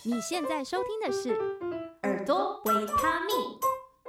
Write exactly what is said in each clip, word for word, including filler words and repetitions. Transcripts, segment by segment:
你现在收听的是耳朵维他命。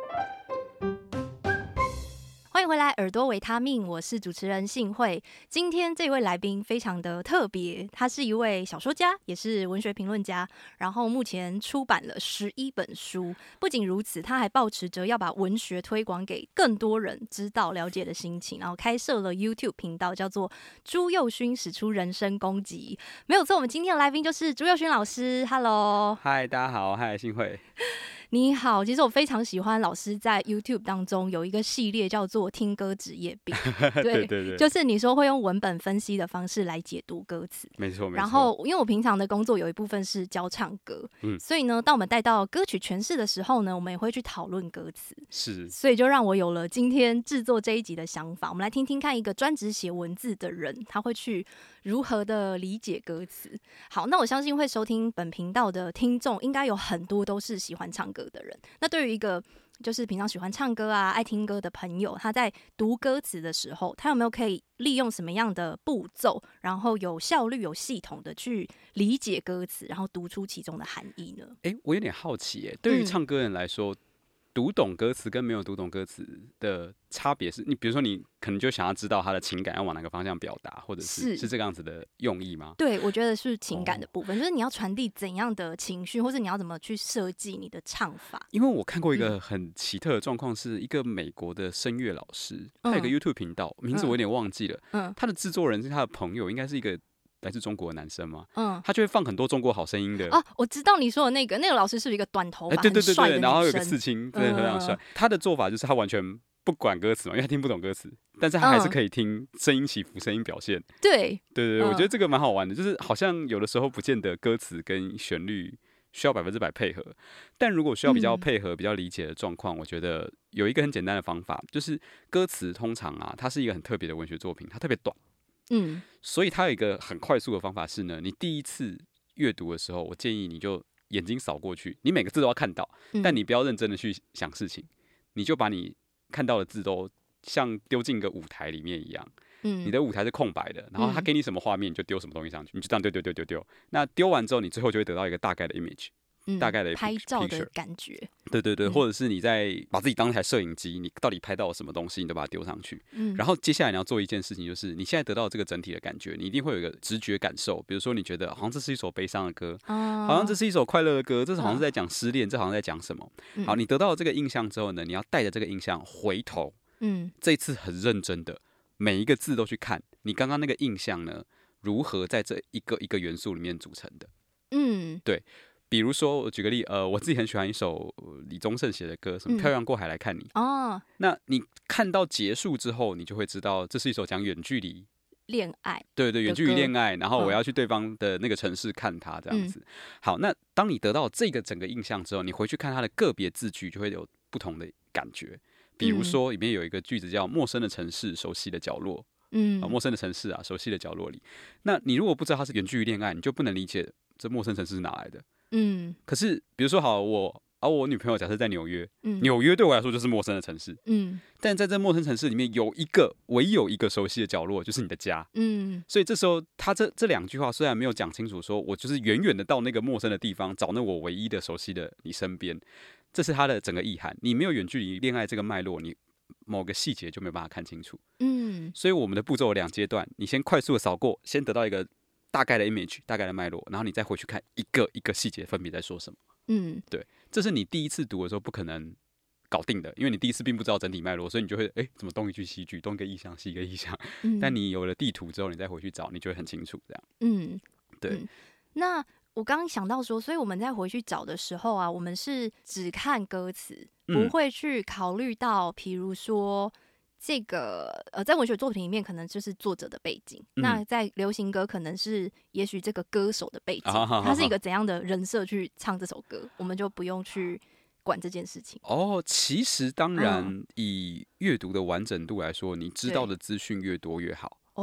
欢迎回来，耳朵维他命，我是主持人信慧。今天这位来宾非常的特别，他是一位小说家，也是文学评论家，然后目前出版了十一本书。不仅如此，他还抱持着要把文学推广给更多人知道了解的心情，然后开设了 YouTube 频道，叫做朱宥勋使出人身攻击。没有错，我们今天的来宾就是朱宥勋老师。Hello， 嗨，大家好，嗨，信慧。 你好，其实我非常喜欢老师在 YouTube 当中有一个系列叫做听歌职业病。对对对对， 就是你说会用文本分析的方式来解读歌词， 没错没错。 然后因为我平常的工作有一部分是教唱歌，嗯，所以呢，当我们带到歌曲诠释的时候呢，我们也会去讨论歌词， 是， 所以就让我有了今天制作这一集的想法。我们来听听看一个专职写文字的人，他会去如何的理解歌词。好，那我相信会收听本频道的听众，应该有很多都是喜欢唱歌的人。那对于一个就是平常喜欢唱歌啊、爱听歌的朋友，他在读歌词的时候，他有没有可以利用什么样的步骤，然后有效率、有系统的去理解歌词，然后读出其中的含义呢？ 哎、欸，我有点好奇耶，对于唱歌人来说。嗯，读懂歌词跟没有读懂歌词的差别是，你比如说你可能就想要知道他的情感要往哪个方向表达，或者是 是, 是这个样子的用意吗？ 对，我觉得是情感的部分，哦、就是你要传递怎样的情绪，或是你要怎么去设计你的唱法。 因为我看过一个很奇特的状况，是一个美国的声乐老师，他有一个 YouTube 频道，名字我有点忘记了，嗯，他的制作人是他的朋友，应该是一个来自中国的男生嘛，嗯，他就会放很多中国好声音的哦，我知道你说的那个那个老师是一个短头发、欸， 对对对对， 然后有个刺青，真的非常帅。嗯、他的做法就是他完全不管歌词嘛，因为他听不懂歌词，但是他还是可以听声音起伏、声音表现。 对对对对，嗯、我觉得这个蛮好玩的，就是好像有的时候不见得歌词跟旋律需要百分之百配合，但如果需要比较配合、比较理解的状况，我觉得有一个很简单的方法，就是歌词通常啊，它是一个很特别的文学作品，它特别短。嗯，所以它有一个很快速的方法是呢，你第一次阅读的时候，我建议你就眼睛扫过去，你每个字都要看到，但你不要认真的去想事情，你就把你看到的字都像丢进一个舞台里面一样，嗯，你的舞台是空白的，然后他给你什么画面，你就丢什么东西上去，你就这样丢丢丢丢丢，那丢完之后，你最后就会得到一个大概的 image。嗯、大概的拍照的感觉， 对对对，嗯、或者是你在把自己当一台摄影机，你到底拍到了什么东西，你都把它丢上去。嗯，然后接下来你要做一件事情，就是你现在得到这个整体的感觉，你一定会有一个直觉感受。比如说，你觉得好像这是一首悲伤的歌，哦、好像这是一首快乐的歌，这是好像是在讲失恋，哦、这好像在讲什么。嗯、好，你得到了这个印象之后呢，你要带着这个印象回头，嗯，这一次很认真的每一个字都去看，你刚刚那个印象呢，如何在这一个一个元素里面组成的。嗯，对。比如说，我举个例，呃，我自己很喜欢一首李宗盛写的歌，什么《漂洋过海来看你》。哦，那你看到结束之后，你就会知道这是一首讲远距离恋爱， 对对，远距离恋爱，然后我要去对方的那个城市看他这样子。嗯、好，那当你得到这个整个印象之后，你回去看他的个别字句，就会有不同的感觉。比如说，里面有一个句子叫“陌生的城市，熟悉的角落”。嗯、啊，陌生的城市啊，熟悉的角落里。那你如果不知道它是远距离恋爱，你就不能理解这陌生城市是哪来的。嗯，可是比如说好，我啊，我女朋友假设在纽约，嗯，纽约对我来说就是陌生的城市，嗯，但在这陌生城市里面有一个唯有一个熟悉的角落，就是你的家，嗯，所以这时候他这这两句话虽然没有讲清楚，说我就是远远的到那个陌生的地方找那我唯一的熟悉的你身边，这是他的整个意涵。你没有远距离恋爱这个脉络，你某个细节就没有办法看清楚，嗯，所以我们的步骤有两阶段，你先快速的扫过，先得到一个大概的 image， 大概的脉络，然后你再回去看一个一个细节分别在说什么。嗯，对，这是你第一次读的时候不可能搞定的，因为你第一次并不知道整体脉络，所以你就会哎、欸，怎么东一句西一句，东一个意象西一个意象。嗯、但你有了地图之后，你再回去找，你就会很清楚这样。嗯，对。嗯、 那我刚刚想到说，所以我们在回去找的时候啊，我们是只看歌词，不会去考虑到，比如说。这个呃，在文学作品里面，可能就是作者的背景；嗯、那在流行歌，可能是也许这个歌手的背景，啊、他是一个怎样的人设去唱这首歌，我们就不用去管这件事情。 哦，其实当然，嗯、以阅读的完整度来说，你知道的资讯越多越好。哦，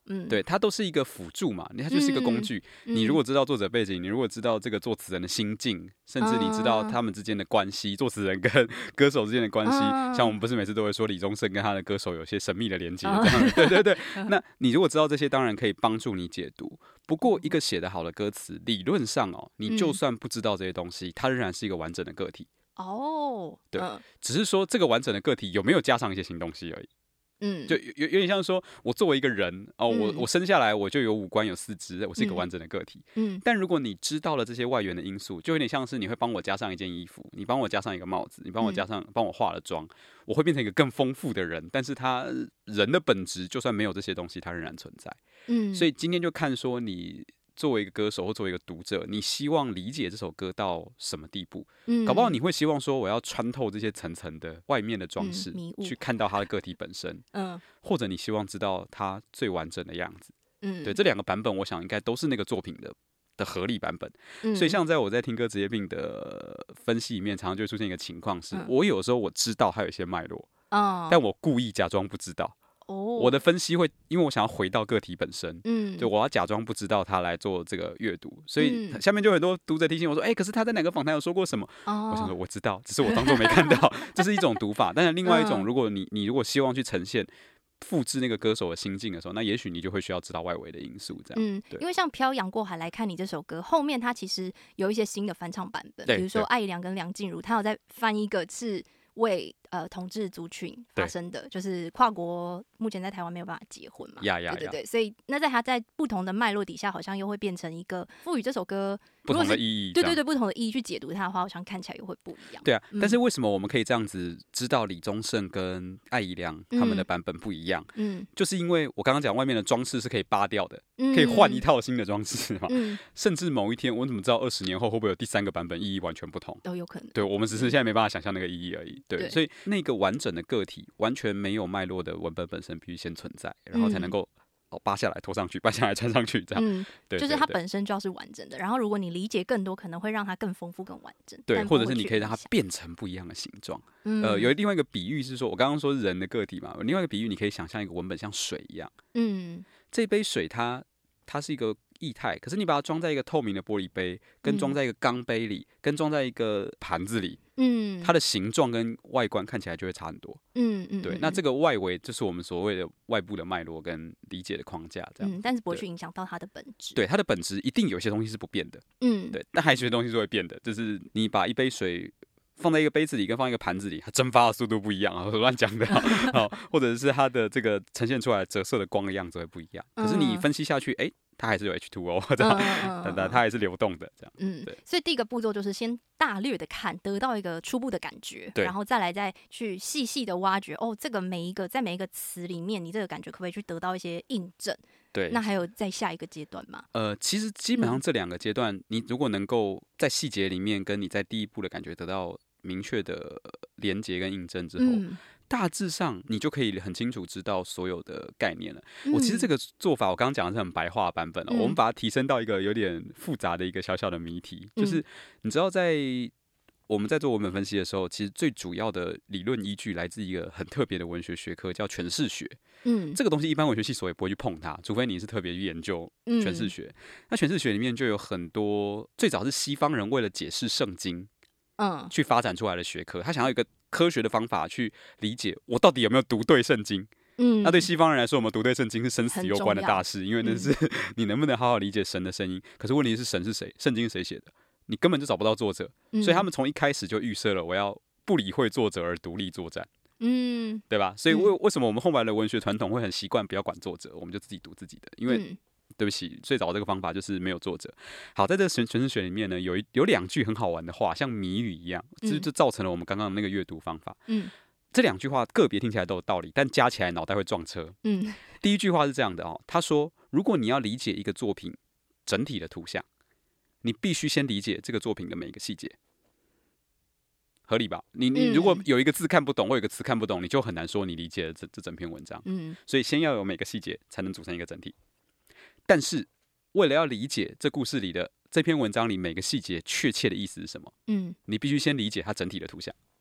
嗯， 对，它都是一个辅助嘛，它就是一个工具。嗯、你如果知道作者背景，你如果知道这个作词人的心境，甚至你知道他们之间的关系，作词人跟歌手之间的关系，嗯、像我们不是每次都会说李宗盛跟他的歌手有些神秘的连接，这样、嗯、对对对。那你如果知道这些，当然可以帮助你解读。不过，一个写得好的歌词，理论上哦，你就算不知道这些东西，它仍然是一个完整的个体。 哦， 对，嗯、只是说这个完整的个体有没有加上一些新东西而已。嗯，就有有点像说，我作为一个人哦，我我生下来我就有五官有四肢，我是一个完整的个体。嗯，但如果你知道了这些外源的因素，就有点像是你会帮我加上一件衣服，你帮我加上一个帽子，你帮我加上帮我化了妆，我会变成一个更丰富的人。但是他人的本质，就算没有这些东西，它仍然存在。嗯，所以今天就看说你。作为一个歌手或作为一个读者，你希望理解这首歌到什么地步？嗯，搞不好你会希望说，我要穿透这些层层的外面的装饰，嗯、去看到它的个体本身。嗯，或者你希望知道它最完整的样子。嗯，对，这两个版本，我想应该都是那个作品的的合理版本。嗯，所以像在我在听歌职业病的分析里面，常常就会出现一个情况是，嗯、我有时候我知道它有一些脉络，哦、但我故意假装不知道。Oh. 我的分析会，因为我想要回到个体本身，嗯，就我要假装不知道他来做这个阅读，所以下面就很多读者提醒我说，哎、欸，可是他在哪个访谈有说过什么？ Oh. 我想说我知道，只是我当作没看到，这是一种读法。但是另外一种，如果你你如果希望去呈现复制那个歌手的心境的时候，那也许你就会需要知道外围的因素，这样。嗯， 因为像《漂洋过海来看你》这首歌，后面它其实有一些新的翻唱版本，比如说艾怡良跟梁静茹，他有在翻一个是为呃同志族群发生的，就是跨国目前在台湾没有办法结婚嘛， yeah, yeah, 对对对， yeah. 所以那在他在不同的脉络底下，好像又会变成一个赋予这首歌不同的意义， 对对对，不同的意义去解读它的话，好像看起来又会不一样。 对啊，嗯、但是为什么我们可以这样子知道李宗盛跟艾怡良他们的版本不一样？嗯，就是因为我刚刚讲外面的装饰是可以扒掉的，嗯、可以换一套新的装饰嘛。嗯，甚至某一天我怎么知道二十年后会不会有第三个版本意义完全不同？ 都有可能。 对，我们只是现在没办法想象那个意义而已。对，对所以那个完整的个体，完全没有脉络的文本本身必须先存在，然后才能够。哦，扒下来拖上去，扒下来穿上去，这样，嗯， 对，就是它本身就要是完整的。然后，如果你理解更多，可能会让它更丰富、更完整。 对，或者是你可以让它变成不一样的形状。嗯、呃，有另外一个比喻是说，我刚刚说人的个体嘛，另外一个比喻你可以想象一个文本像水一样。嗯，这杯水它它是一个液态，可是你把它装在一个透明的玻璃杯，跟装在一个钢杯里，嗯、跟装在一个盘子里。嗯，它的形状跟外观看起来就会差很多。嗯嗯，对，那这个外围就是我们所谓的外部的脉络跟理解的框架，这样。 嗯，但是不会去影响到它的本质。 对，它的本质一定有些东西是不变的。嗯，对，但还有些东西是会变的，就是你把一杯水放在一个杯子里跟放在一个盘子里，它蒸发的速度不一样啊，乱讲的啊，或者是它的这个呈现出来折射的光的样子会不一样。可是你分析下去，哎、欸。它还是有 H 二 O， 这样，嗯嗯、它还是流动的，这样。嗯，对。 所以第一个步骤就是先大略的看，得到一个初步的感觉，然后再来再去细细的挖掘。哦，这个每一个在每一个词里面，你这个感觉可不可以去得到一些印证？ 对。 那还有再下一个阶段吗？ 呃，其实基本上这两个阶段，嗯、你如果能够在细节里面跟你在第一步的感觉得到明确的连结跟印证之后。嗯大致上，你就可以很清楚知道所有的概念了。嗯、我其实这个做法，我刚刚讲的是很白话版本了、哦。嗯、我们把它提升到一个有点复杂的一个小小的谜题，嗯、就是你知道，在我们在做文本分析的时候，其实最主要的理论依据来自一个很特别的文学学科，叫诠释学。嗯，这个东西一般文学系所也不会去碰它，除非你是特别去研究诠释学。嗯、那诠释学里面就有很多，最早是西方人为了解释圣经。嗯，去发展出来的学科，他想要有一个科学的方法去理解我到底有没有读对圣经。嗯，那对西方人来说，我们读对圣经是生死攸关的大事，因为那是你能不能好好理解神的声音。可是问题是，神是谁？圣经是谁写的？你根本就找不到作者，嗯、所以他们从一开始就预设了我要不理会作者而独立作战。嗯，对吧？所以为为什么我们后来的文学传统会很习惯不要管作者，我们就自己读自己的？因为、嗯对不起，最早这个方法就是没有作者。好，在这个诠释学里面呢，有一有两句很好玩的话，像谜语一样，这就造成了我们刚刚那个阅读方法。嗯，这两句话个别听起来都有道理，但加起来脑袋会撞车。嗯，第一句话是这样的哦，他说，如果你要理解一个作品整体的图像，你必须先理解这个作品的每一个细节。合理吧？你你如果有一个字看不懂，或有一个词看不懂，你就很难说你理解了这这整篇文章。嗯，所以先要有每个细节，才能组成一个整体。但是，为了要理解这故事里的这篇文章里每个细节确切的意思是什么，嗯，你必须先理解它整体的图像。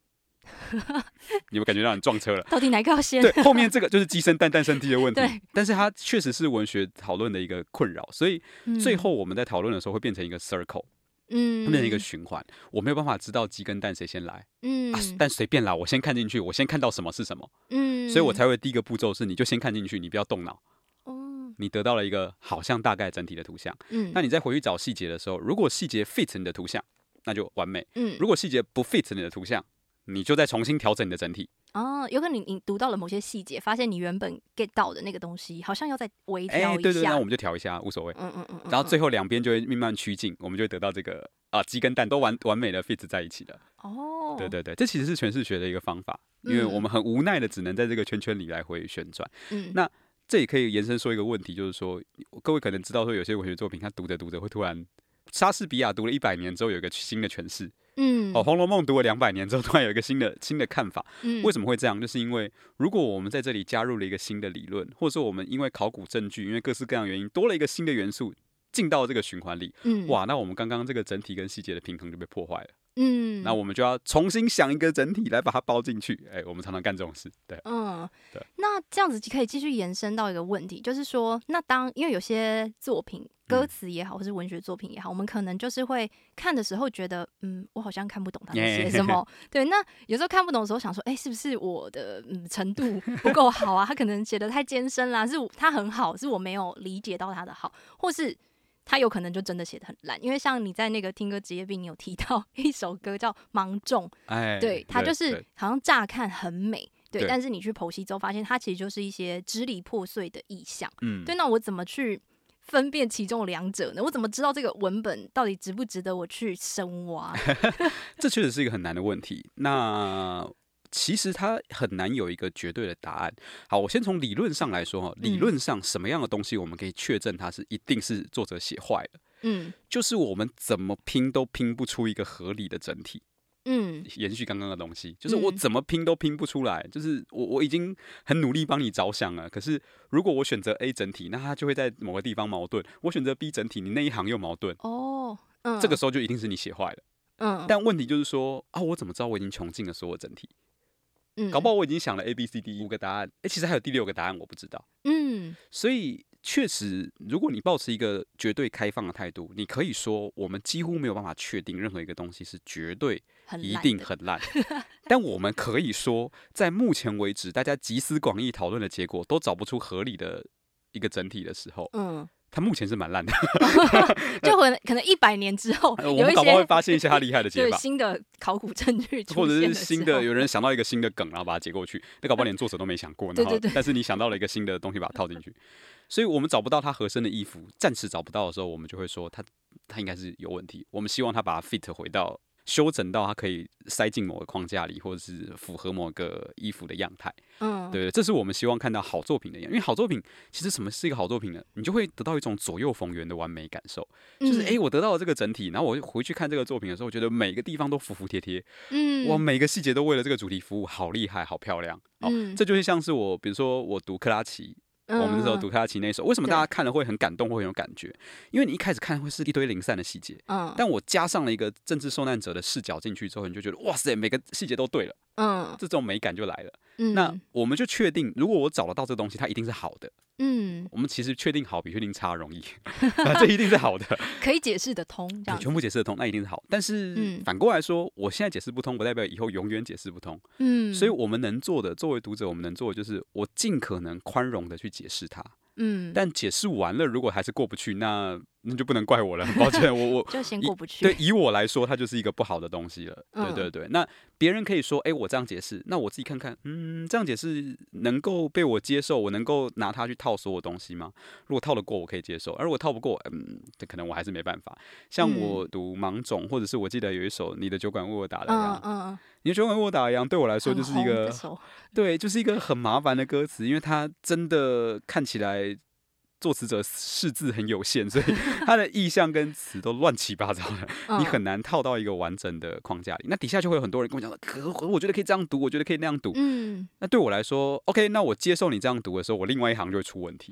你有没有感觉到你撞车了？ 到底哪个要先？ 对，后面这个就是鸡生蛋，蛋生鸡的问题。 对， 但是它确实是文学讨论的一个困扰，所以最后我们在讨论的时候会变成一个 circle， 嗯，会变成一个循环。我没有办法知道鸡跟蛋谁先来，嗯，啊、但随便啦，我先看进去，我先看到什么是什么，嗯，所以我才会第一个步骤是，你就先看进去，你不要动脑。你得到了一个好像大概整体的图像，嗯，那你再回去找细节的时候，如果细节 fit 你的图像，那就完美，嗯，如果细节不 fit 你的图像，你就再重新调整你的整体。 哦，有可能你你读到了某些细节，发现你原本 get 到的那个东西，好像要再微调一下。哎， 对对，那我们就调一下，无所谓。嗯嗯嗯。然后最后两边就会慢慢趋近，我们就会得到这个啊鸡跟蛋都完完美的 fit 在一起了。哦，对对对，这其实是诠释学的一个方法，因为我们很无奈的只能在这个圈圈里来回旋转。嗯，那。这也可以延伸说一个问题，就是说，各位可能知道说，有些文学作品，他读着读着会突然，莎士比亚读了一百年之后有一个新的诠释，嗯，哦，《红楼梦》读了两百年之后突然有一个新的新的看法，嗯，为什么会这样？就是因为如果我们在这里加入了一个新的理论，或者说我们因为考古证据，因为各式各样的原因多了一个新的元素进到这个循环里，嗯，哇，那我们刚刚这个整体跟细节的平衡就被破坏了。嗯，那我们就要重新想一个整体来把它包进去。哎、欸，我们常常干这种事，对，嗯， 对。那这样子可以继续延伸到一个问题，就是说，那当因为有些作品，歌词也好，或是文学作品也好，我们可能就是会看的时候觉得，嗯，我好像看不懂他在写什么。对，那有时候看不懂的时候，想说，哎、欸，是不是我的嗯程度不够好啊？他可能写的太艰深啦，是他很好，是我没有理解到他的好，或是。他有可能就真的写得很烂，因为像你在那个听歌职业病，你有提到一首歌叫《芒种》，哎，对，它就是好像乍看很美，对，对但是你去剖析之后发现它其实就是一些支离破碎的意象，嗯，对，那我怎么去分辨其中两者呢？我怎么知道这个文本到底值不值得我去深挖？ 这确实是一个很难的问题。那其实它很难有一个绝对的答案。好，我先从理论上来说，理论上什么样的东西我们可以确证它是一定是作者写坏了？嗯，就是我们怎么拼都拼不出一个合理的整体。嗯，延续刚刚的东西，就是我怎么拼都拼不出来。就是我我已经很努力帮你着想了，可是如果我选择 A 整体，那它就会在某个地方矛盾；我选择 B 整体，你那一行又矛盾。哦，嗯，这个时候就一定是你写坏了。嗯，但问题就是说啊，我怎么知道我已经穷尽了所有整体？嗯，搞不好我已经想了 A B C D 五个答案，哎、欸，其实还有第六个答案我不知道。嗯，所以确实，如果你抱持一个绝对开放的态度，你可以说我们几乎没有办法确定任何一个东西是绝对一定很烂，但我们可以说，在目前为止大家集思广益讨论的结果都找不出合理的一个整体的时候，嗯。它目前是蛮烂的， 就可能可能一百年之后， 我们搞不好会发现一些它厉害的解法， 新的考古证据， 或者是新的有人想到一个新的梗，然后把它接过去，那搞不好连作者都没想过，然后但是你想到了一个新的东西，把它套进去，所以我们找不到它合身的衣服，暂时找不到的时候，我们就会说它它应该是有问题，我们希望它把它 fit 回到。修整到它可以塞进某个框架里，或者是符合某个衣服的样态。嗯，对，这是我们希望看到好作品的样。因为好作品，其实什么是一个好作品呢？你就会得到一种左右逢源的完美感受。就是哎、欸，我得到了这个整体，然后我回去看这个作品的时候，我觉得每个地方都服服帖帖。嗯，哇，每个细节都为了这个主题服务，好厉害，好漂亮。哦，嗯、这就是像是我，比如说我读克拉奇。嗯、我们那时候读克拉奇那一首，为什么大家看了会很感动，会很有感觉？因为你一开始看会是一堆零散的细节，嗯，但我加上了一个政治受难者的视角进去之后，你就觉得哇塞，每个细节都对了，嗯，这种美感就来了。嗯、那我们就确定，如果我找得到这个东西，它一定是好的。嗯，我们其实确定好比确定差容易，这一定是好的， 可以解释得通，这样全部解释得通，那一定是好。但是、嗯、反过来说，我现在解释不通，不代表以后永远解释不通。嗯，所以我们能做的，作为读者，我们能做的就是我尽可能宽容的去解释它。嗯，但解释完了，如果还是过不去，那那就不能怪我了，很抱歉，我我就先过不去。 对，以我来说，它就是一个不好的东西了。嗯、对对对，那别人可以说，哎、欸，我这样解释，那我自己看看，嗯，这样解释能够被我接受，我能够拿它去套所有东西吗？如果套得过，我可以接受；而如果套不过，嗯，可能我还是没办法。像我读《芒种》，或者是我记得有一首《你的酒馆为我打了烊》，嗯嗯，你的酒馆为我打了烊，对我来说就是一个，对，就是一个很麻烦的歌词，因为它真的看起来。作词者识字很有限，所以他的意象跟词都乱七八糟的，嗯、你很难套到一个完整的框架里。那底下就会有很多人跟我讲说，可我觉得可以这样读，我觉得可以那样读。嗯，那对我来说 ，OK， 那我接受你这样读的时候，我另外一行就会出问题。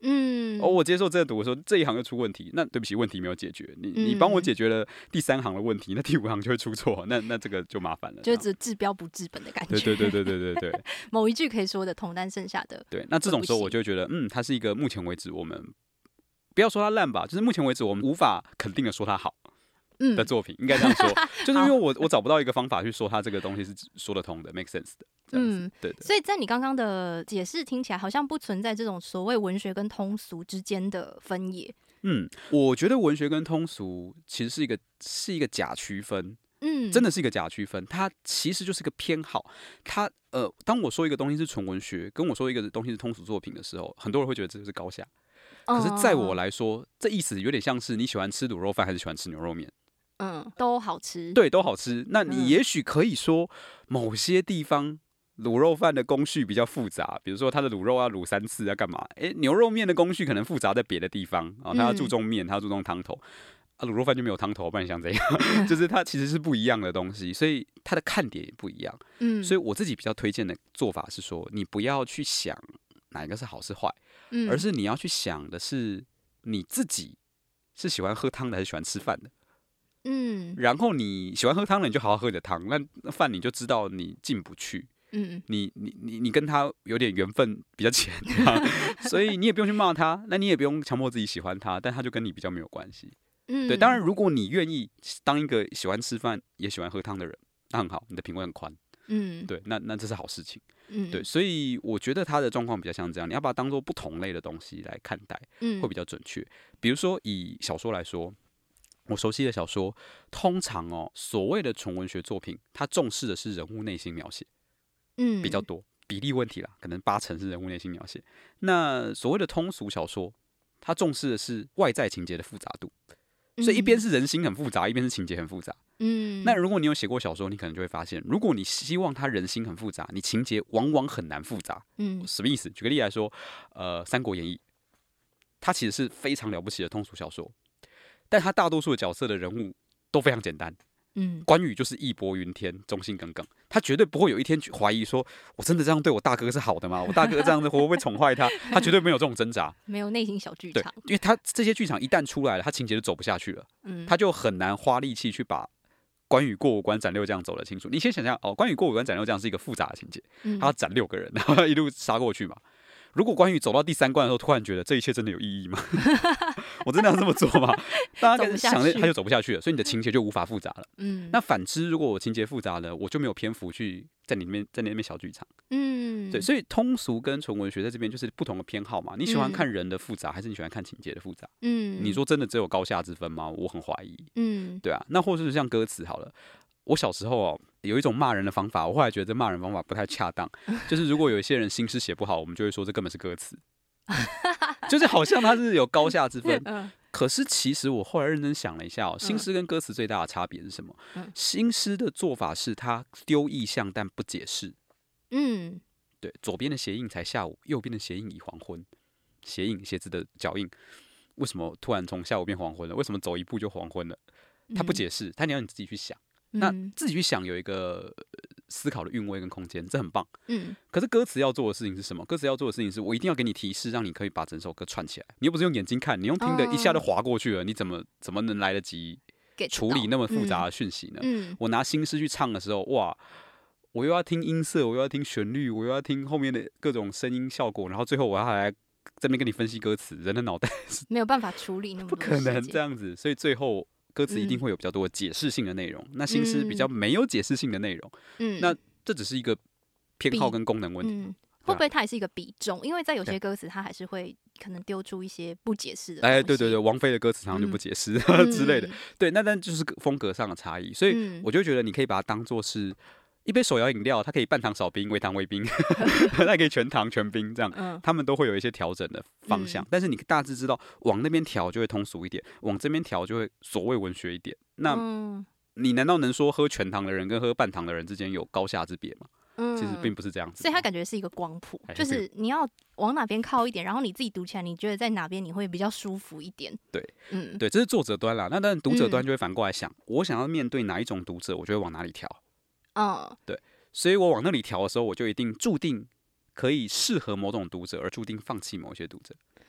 嗯， 哦，我接受这个读，我说这一行又出问题，那对不起，问题没有解决，你你帮我解决了第三行的问题，那第五行就会出错，那那这个就麻烦了， 就只治标不治本的感觉。 对对对对对对对， 某一句可以说的同担剩下的。 对，那这种时候我就会觉得，嗯，它是一个目前为止我们不要说它烂吧，就是目前为止我们无法肯定的说它好。的作品应该这样说，就是因为我我找不到一个方法去说它这个东西是说得通的 ，make sense 的，嗯，对的。 所以在你刚刚的解释听起来，好像不存在这种所谓文学跟通俗之间的分野。 嗯，我觉得文学跟通俗其实是一个是一个假区分，嗯，真的是一个假区分，它其实就是一个偏好。它呃，当我说一个东西是纯文学，跟我说一个东西是通俗作品的时候，很多人会觉得这就是高下。可是在我来说，这意思有点像是你喜欢吃卤肉饭还是喜欢吃牛肉面。 嗯，都好吃， 对，都好吃。那你也许可以说，某些地方卤肉饭的工序比较复杂，比如说它的卤肉要卤三次，要干嘛？哎，牛肉面的工序可能复杂在别的地方啊，它要注重面，它要注重汤头。啊，卤肉饭就没有汤头，不然你想怎样？就是它其实是不一样的东西，所以它的看点也不一样。嗯，所以我自己比较推荐的做法是说，你不要去想哪一个是好是坏，嗯，而是你要去想的是你自己是喜欢喝汤的还是喜欢吃饭的。嗯，然后你喜欢喝汤的，你就好好喝你的汤。那饭你就知道你进不去，嗯，你你你你跟他有点缘分比较浅，所以你也不用去骂他，那你也不用强迫自己喜欢他，但他就跟你比较没有关系。嗯，对，当然如果你愿意当一个喜欢吃饭也喜欢喝汤的人，那很好，你的品味很宽。嗯，对，那那这是好事情。嗯，对，所以我觉得他的状况比较像这样，你要把它当做不同类的东西来看待，嗯，会比较准确。比如说以小说来说。我熟悉的小说，通常哦，所谓的纯文学作品，它重视的是人物内心描写，嗯，比较多，比例问题啦，可能八成是人物内心描写。那所谓的通俗小说，它重视的是外在情节的复杂度，所以一边是人心很复杂，一边是情节很复杂。嗯，那如果你有写过小说，你可能就会发现，如果你希望它人心很复杂，你情节往往很难复杂。嗯，什么意思？举个例来说，呃，《三国演义》，它其实是非常了不起的通俗小说。但他大多数的角色的人物都非常简单，嗯，关羽就是义薄云天、忠心耿耿，他绝对不会有一天去怀疑说，我真的这样对我大哥是好的吗？我大哥这样子会不会宠坏他？他绝对没有这种挣扎， 没有内心小剧场， 因为他这些剧场一旦出来了，他情节就走不下去了，嗯，他就很难花力气去把关羽过五关斩六将走得清楚。你先想象哦，关羽过五关斩六将是一个复杂的情节，嗯，他要斩六个人，然后一路杀过去嘛。如果关羽走到第三关的时候，突然觉得这一切真的有意义吗？我真的要这么做吗？大家想着他就走不下去了，所以你的情节就无法复杂了。嗯，那反之，如果我情节复杂了，我就没有篇幅去在你那边在你那边小剧场。嗯，对，所以通俗跟纯文学在这边就是不同的偏好嘛。你喜欢看人的复杂，还是你喜欢看情节的复杂？嗯，你说真的只有高下之分吗？我很怀疑。嗯，对啊，那或者是像歌词好了。我小时候哦，有一种骂人的方法，我后来觉得这骂人方法不太恰当。就是如果有一些人新诗写不好，我们就会说这根本是歌词，就是好像它是有高下之分。可是其实我后来认真想了一下哦，新诗跟歌词最大的差别是什么？新诗的做法是它丢意象但不解释。嗯，对，左边的鞋印才下午，右边的鞋印已黄昏。鞋印鞋子的脚印，为什么突然从下午变黄昏了？为什么走一步就黄昏了？他不解释，他你要你自己去想。那自己去想有一个思考的韵味跟空间，这很棒。嗯，可是歌词要做的事情是什么？歌词要做的事情是我一定要给你提示，让你可以把整首歌串起来。你又不是用眼睛看，你用听的一下就划过去了，你怎么怎么能来得及处理那么复杂的讯息呢？嗯，我拿新诗去唱的时候，哇，我又要听音色，我又要听旋律，我又要听后面的各种声音效果，然后最后我要来这边跟你分析歌词，人的脑袋没有办法处理那么多， 不可能这样子，所以最后。歌词一定会有比较多的解释性的内容，嗯、那新诗比较没有解释性的内容，嗯，那这只是一个偏好跟功能问题。嗯， 会不会它也是一个比重？因为在有些歌词，它还是会可能丢出一些不解释的东西。 哎，对对对，王菲的歌词常常就不解释、嗯、之类的。对，那但就是风格上的差异，所以我就觉得你可以把它当作是。一杯手摇饮料，它可以半糖少冰、微糖微冰，它可以全糖全冰，这样，嗯、他们都会有一些调整的方向。嗯、但是你大致知道，往那边调就会通俗一点，往这边调就会所谓文学一点。那、嗯、你难道能说喝全糖的人跟喝半糖的人之间有高下之别吗？嗯、其实并不是这样子。 所以它感觉是一个光谱，就是你要往哪边靠一点，然后你自己读起来，你觉得在哪边你会比较舒服一点。 对，嗯，对，这是作者端啦。那但读者端就会反过来想，嗯、我想要面对哪一种读者，我就会往哪里调。嗯，对，所以我往那里调的时候，我就一定注定可以适合某种读者，而注定放弃某一些读者。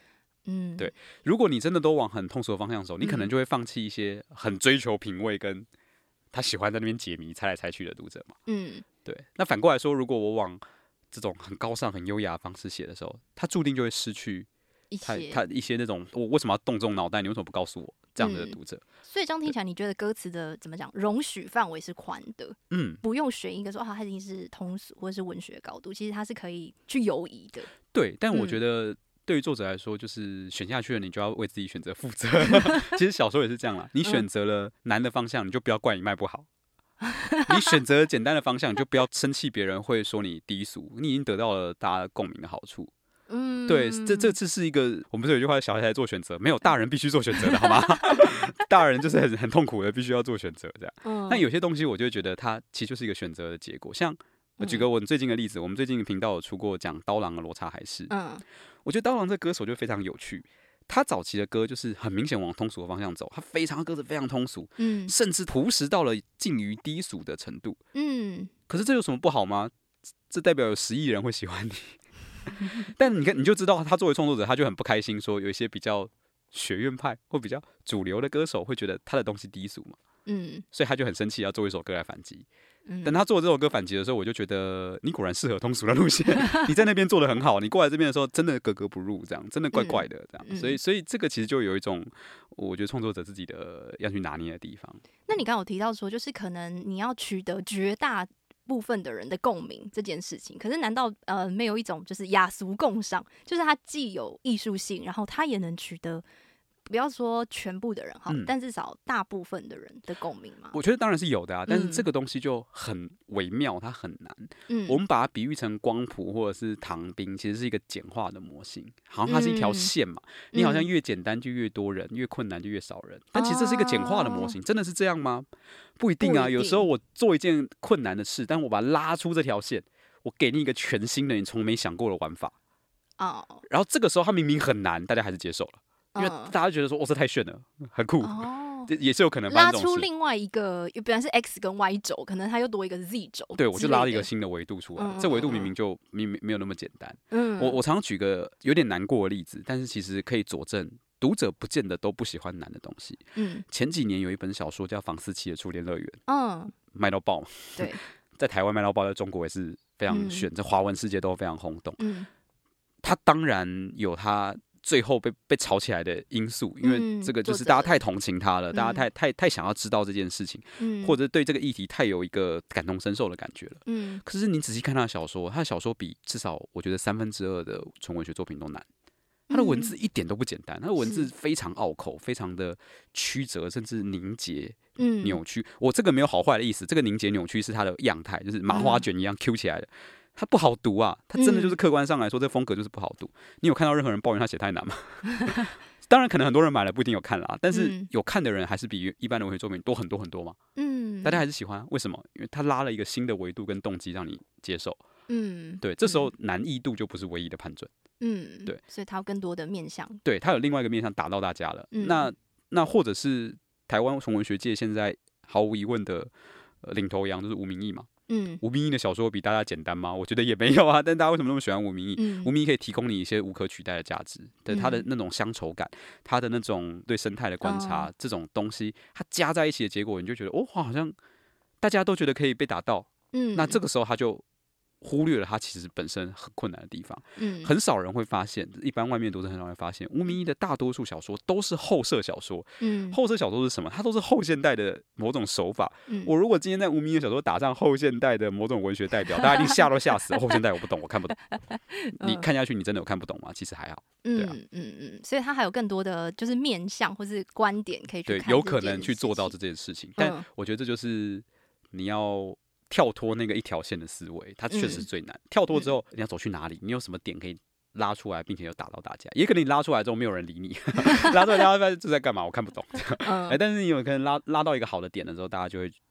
嗯， 对。如果你真的都往很通俗的方向走，你可能就会放弃一些很追求品味跟他喜欢在那边解谜猜来猜去的读者嘛。 嗯， 对。那反过来说，如果我往这种很高尚、很优雅的方式写的时候，他注定就会失去他他一些那种我为什么要动这种脑袋？你为什么不告诉我？这样的读者。嗯、 所以这样听起来，你觉得歌词的怎么讲，容许范围是宽的？嗯，不用选一个说啊，它一定是通俗或者是文学高度，其实它是可以去游移的。 对，但我觉得对于作者来说，就是选下去了，你就要为自己选择负责。其实小说也是这样啦，你选择了难的方向，你就不要怪你卖不好。你选择简单的方向，你就不要生气别人会说你低俗，你已经得到了大家共鸣的好处。嗯，对，这这这是一个，我们不是有一句话，小孩才做选择，没有大人必须做选择的好吗？大人就是很很痛苦的，必须要做选择这样。嗯，但有些东西，我就觉得它其实就是一个选择的结果。像我举个我最近的例子，我们最近频道有出过讲刀郎的《罗刹海市》。嗯，我觉得刀郎这歌手就非常有趣。他早期的歌就是很明显往通俗的方向走，他非常歌词非常通俗，嗯，甚至朴实到了近于低俗的程度。嗯，可是这有什么不好吗？这代表有十亿人会喜欢你。但你看，你就知道他作为创作者，他就很不开心，说有一些比较学院派或比较主流的歌手会觉得他的东西低俗嘛，嗯，所以他就很生气，要做一首歌来反击。嗯，等他做这首歌反击的时候，我就觉得你果然适合通俗的路线，你在那边做得很好，你过来这边的时候真的格格不入，这样真的怪怪的，这样，嗯、所以所以这个其实就有一种，我觉得创作者自己的要去拿捏的地方。 那你刚刚有提到说，就是可能你要取得绝大部分的人的共鸣这件事情，可是难道呃没有一种就是雅俗共赏，就是它既有艺术性，然后它也能取得不要说全部的人哈、嗯，但至少大部分的人的共鸣吗？ 我觉得当然是有的啊，但是这个东西就很微妙，它很难。嗯，我们把它比喻成光谱或者是唐冰，其实是一个简化的模型，好像它是一条线嘛。嗯、你好像越简单就越多人，越困难就越少人。但其实这是一个简化的模型，哦、真的是这样吗？不一定啊。有时候我做一件困难的事，但我把它拉出这条线，我给你一个全新的你从没想过的玩法。哦，然后这个时候它明明很难，大家还是接受了。因为大家觉得说，哦，这太炫了，很酷，哦、也是有可能发生这种事。 拉出另外一个，本来是 X 跟 Y 轴，可能它又多一个 Z 轴。 对，我就拉了一个新的维度出来。嗯、这维度明明就明明没有那么简单。嗯，我我常常举个有点难过的例子，但是其实可以佐证，读者不见得都不喜欢难的东西。嗯，前几年有一本小说叫房思琪的《初恋乐园》，嗯，卖到爆嘛。 对， 在台湾卖到爆，在中国也是非常炫，在华文世界都非常轰动。嗯，它当然有它最后被被炒起来的因素，因为这个就是大家太同情他了，嗯、大家太太太想要知道这件事情，嗯、或者对这个议题太有一个感同身受的感觉了。嗯、可是你仔细看他的小说，他的小说比至少我觉得三分之二的纯文学作品都难。他的文字一点都不简单，他的文字非常拗口，非常的曲折，甚至凝结、扭曲。嗯、我这个没有好坏的意思，这个凝结扭曲是他的样态，就是麻花卷一样 Q 起来的。它不好读啊，它真的就是客观上来说，嗯、这风格就是不好读。你有看到任何人抱怨他写太难吗？当然，可能很多人买了不一定有看啦，但是有看的人还是比一般的文学作品多很多很多嘛。嗯，大家还是喜欢，为什么？因为他拉了一个新的维度跟动机让你接受。嗯，对，这时候难易度就不是唯一的判准。嗯，对， 所以它有更多的面向。 对，它有另外一个面向打到大家了。嗯、那那或者是台湾从文学界现在毫无疑问的、呃、领头羊就是吴明益嘛。嗯，吴明益的小说比大家简单吗？我觉得也没有啊。但大家为什么那么喜欢吴明益？嗯、吴明益可以提供你一些无可取代的价值，对他的那种乡愁感，他的那种对生态的观察，哦、这种东西，它加在一起的结果，你就觉得哦，好像大家都觉得可以被打到。嗯，那这个时候他就忽略了他其实本身很困难的地方。嗯，很少人会发现，一般外面读者很少人会发现，吴明益的大多数小说都是后设小说。嗯，后设小说是什么？它都是后现代的某种手法。嗯、我如果今天在吴明益的小说打上后现代的某种文学代表，大家一定吓都吓死了。后现代我不懂，我看不懂。你看下去，你真的有看不懂吗？其实还好。对啊， 嗯嗯嗯，所以他还有更多的就是面向或是观点可以去看， 对，有可能去做到这件事情。但我觉得这就是你要跳脱那个一条线的思维，它确实最难。嗯、跳脱之后，你要走去哪里？你有什么点可以拉出来，并且又打到大家？也可能你拉出来之后没有人理你，拉出来大家这在干嘛？我看不懂。嗯、但是你有可能拉拉到一个好的点的时候，大家就会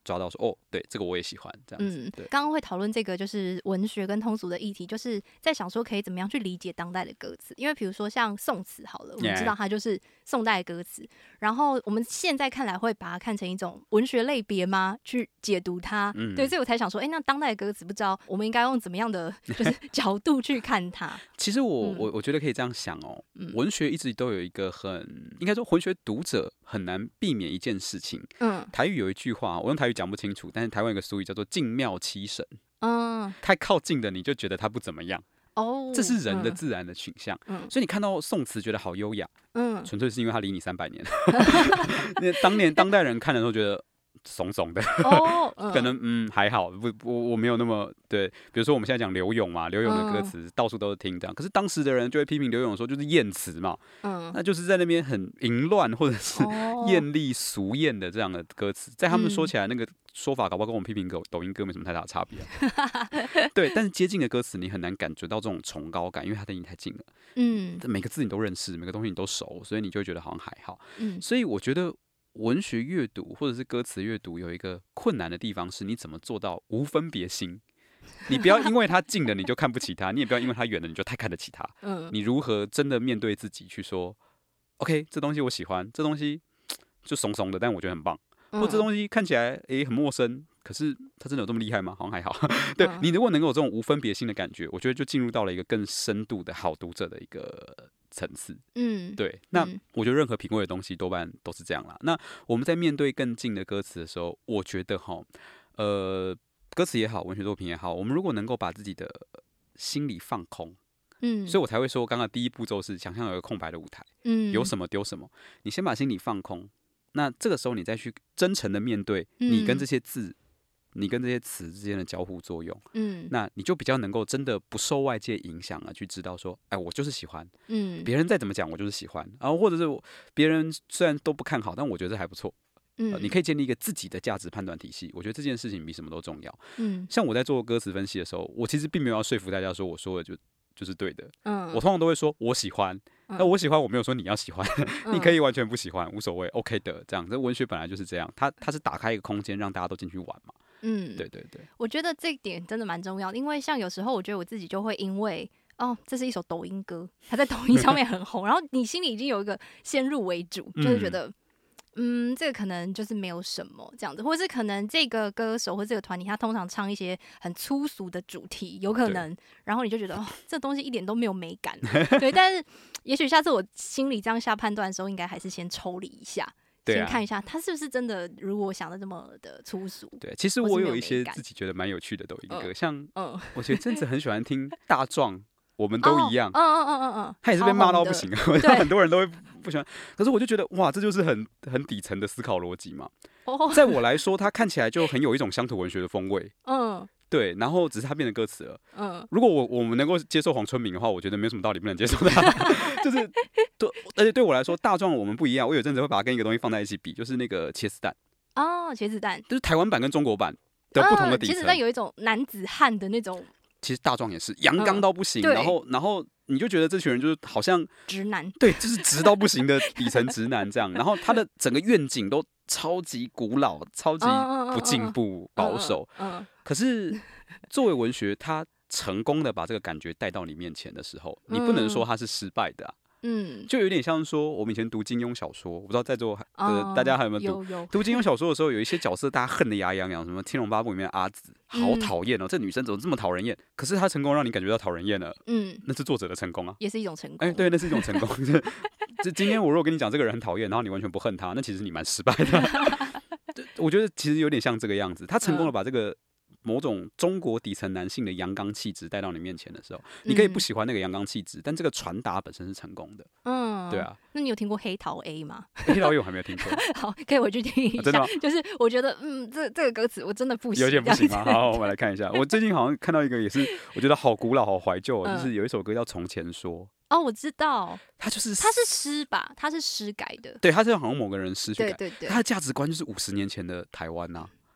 抓到说，哦，对，这个我也喜欢，这样子。 嗯， 对， 刚刚会讨论这个就是文学跟通俗的议题，就是在想说可以怎么样去理解当代的歌词，因为比如说像宋词好了，我们知道它就是宋代的歌词，然后我们现在看来会把它看成一种文学类别吗？去解读它，嗯、对，所以我才想说，哎、欸，那当代的歌词不知道我们应该用怎么样的就是角度去看它？ 其实我、嗯、我我觉得可以这样想哦，嗯、文学一直都有一个很应该说文学读者很难避免一件事情，嗯，台语有一句话，我用台语讲不清楚，但是台湾有个俗语叫做近庙欺神，嗯，太靠近的你就觉得它不怎么样。哦，这是人的自然的倾向，嗯，所以你看到宋词觉得好优雅，嗯，纯粹是因为它离你三百年。因为当年当代人看的时候觉得怂怂的，哦，可能嗯还好，不我我没有那么对。比如说我们现在讲柳永嘛，柳永的歌词、嗯、到处都是听这样，可是当时的人就会批评柳永说就是艳词嘛，嗯，那就是在那边很淫乱或者是艳丽俗艳的这样的歌词，在他们说起来那个说法搞不好跟我们批评抖音歌没什么太大的差别、啊。对，但是接近的歌词你很难感觉到这种崇高感，因为它离你太近了，嗯，每个字你都认识，每个东西你都熟，所以你就会觉得好像还好，嗯，所以我觉得。文学阅读或者是歌词阅读有一个困难的地方是，你怎么做到无分别心？你不要因为它近了你就看不起它，你也不要因为它远了你就太看得起它。嗯，你如何真的面对自己去说 ，OK， 这东西我喜欢，这东西就怂怂的，但我觉得很棒。或者这东西看起来诶很陌生，可是它真的有这么厉害吗？好像还好。对，你如果能够有这种无分别心的感觉，我觉得就进入到了一个更深度的好读者的一个层次，嗯，对，那、嗯、我觉得任何品味的东西多半都是这样啦。那我们在面对更近的歌词的时候，我觉得哈，呃，歌词也好，文学作品也好，我们如果能够把自己的心里放空，嗯，所以我才会说，刚刚第一步骤是想象有一个空白的舞台，嗯，有什么丢什么，你先把心里放空，那这个时候你再去真诚的面对你跟这些字。嗯你跟这些词之间的交互作用，嗯，那你就比较能够真的不受外界影响啊，去知道说，哎，我就是喜欢，嗯，别人再怎么讲，我就是喜欢，然后或者是别人虽然都不看好，但我觉得这还不错，嗯、呃，你可以建立一个自己的价值判断体系，我觉得这件事情比什么都重要，嗯，像我在做歌词分析的时候，我其实并没有要说服大家说我说的就就是对的，嗯，我通常都会说我喜欢。那我喜欢，我没有说你要喜欢，你可以完全不喜欢，无所谓 ，OK 的，这样。这文学本来就是这样，它它是打开一个空间，让大家都进去玩嘛。嗯，对对对。我觉得这一点真的蛮重要的，因为像有时候我觉得我自己就会因为哦，这是一首抖音歌，它在抖音上面很红，然后你心里已经有一个先入为主，就是觉得。嗯，这个可能就是没有什么这样子，或者是可能这个歌手或这个团体，他通常唱一些很粗俗的主题，有可能，然后你就觉得哦，这东西一点都没有美感，对。但是也许下次我心里这样下判断的时候，应该还是先抽离一下， 对啊、 先看一下他是不是真的如我想的这么的粗俗。 对，其实我有一些自己觉得蛮有趣的抖音歌，嗯、像嗯，我前阵子很喜欢听大壮。我们都一样，嗯嗯嗯嗯嗯，他也是被骂到不行，我知道很多人都会不喜欢，可是我就觉得哇，这就是很很底层的思考逻辑嘛。哦、在我来说，它看起来就很有一种乡土文学的风味，嗯，对，然后只是它变成歌词了，嗯。如果我我们能够接受黄春明的话，我觉得没有什么道理不能接受它，就是对，而且对我来说，大壮我们不一样，我有阵子会把它跟一个东西放在一起比，就是那个茄子蛋哦，茄子蛋， 就是台湾版跟中国版的不同的底层， 茄子蛋有一种男子汉的那种。 其实大壮也是阳刚到不行，嗯、然后然后你就觉得这群人就是好像直男， 对，就是直到不行的底层直男这样。然后他的整个愿景都超级古老、超级不进步、保守。嗯，可是作为文学，他成功的把这个感觉带到你面前的时候，你不能说他是失败的、啊。嗯，就有点像说，我们以前读金庸小说，我不知道在座呃大家还有没有读？ 有有读金庸小说的时候，有一些角色大家恨得牙痒痒，什么《天龙八部》里面的阿紫，好讨厌哦，这女生怎么这么讨人厌？可是她成功让你感觉到讨人厌了，嗯，那是作者的成功啊， 也是一种成功。 哎、欸，对，那是一种成功。这今天我如果跟你讲这个人很讨厌，然后你完全不恨他，那其实你蛮失败的。我觉得其实有点像这个样子，他成功的把这个。某种中国底层男性的阳刚气质带到你面前的时候，你可以不喜欢那个阳刚气质，但这个传达本身是成功的。嗯，对啊。 那你有听过黑桃 A 吗？ 黑桃 A 我还没有听过。 好，可以回去听一下。啊、真的吗？就是我觉得，嗯，这这个歌词我真的不行， 有点不行吗？好，我们来看一下。我最近好像看到一个也是，我觉得好古老、好怀旧、哦，嗯、就是有一首歌叫《从前说》。 哦，我知道， 他就是他是诗吧，他是诗改的。 对，他是好像某个人诗去改。 对对对， 他的价值观就是五十年前的台湾呐、啊。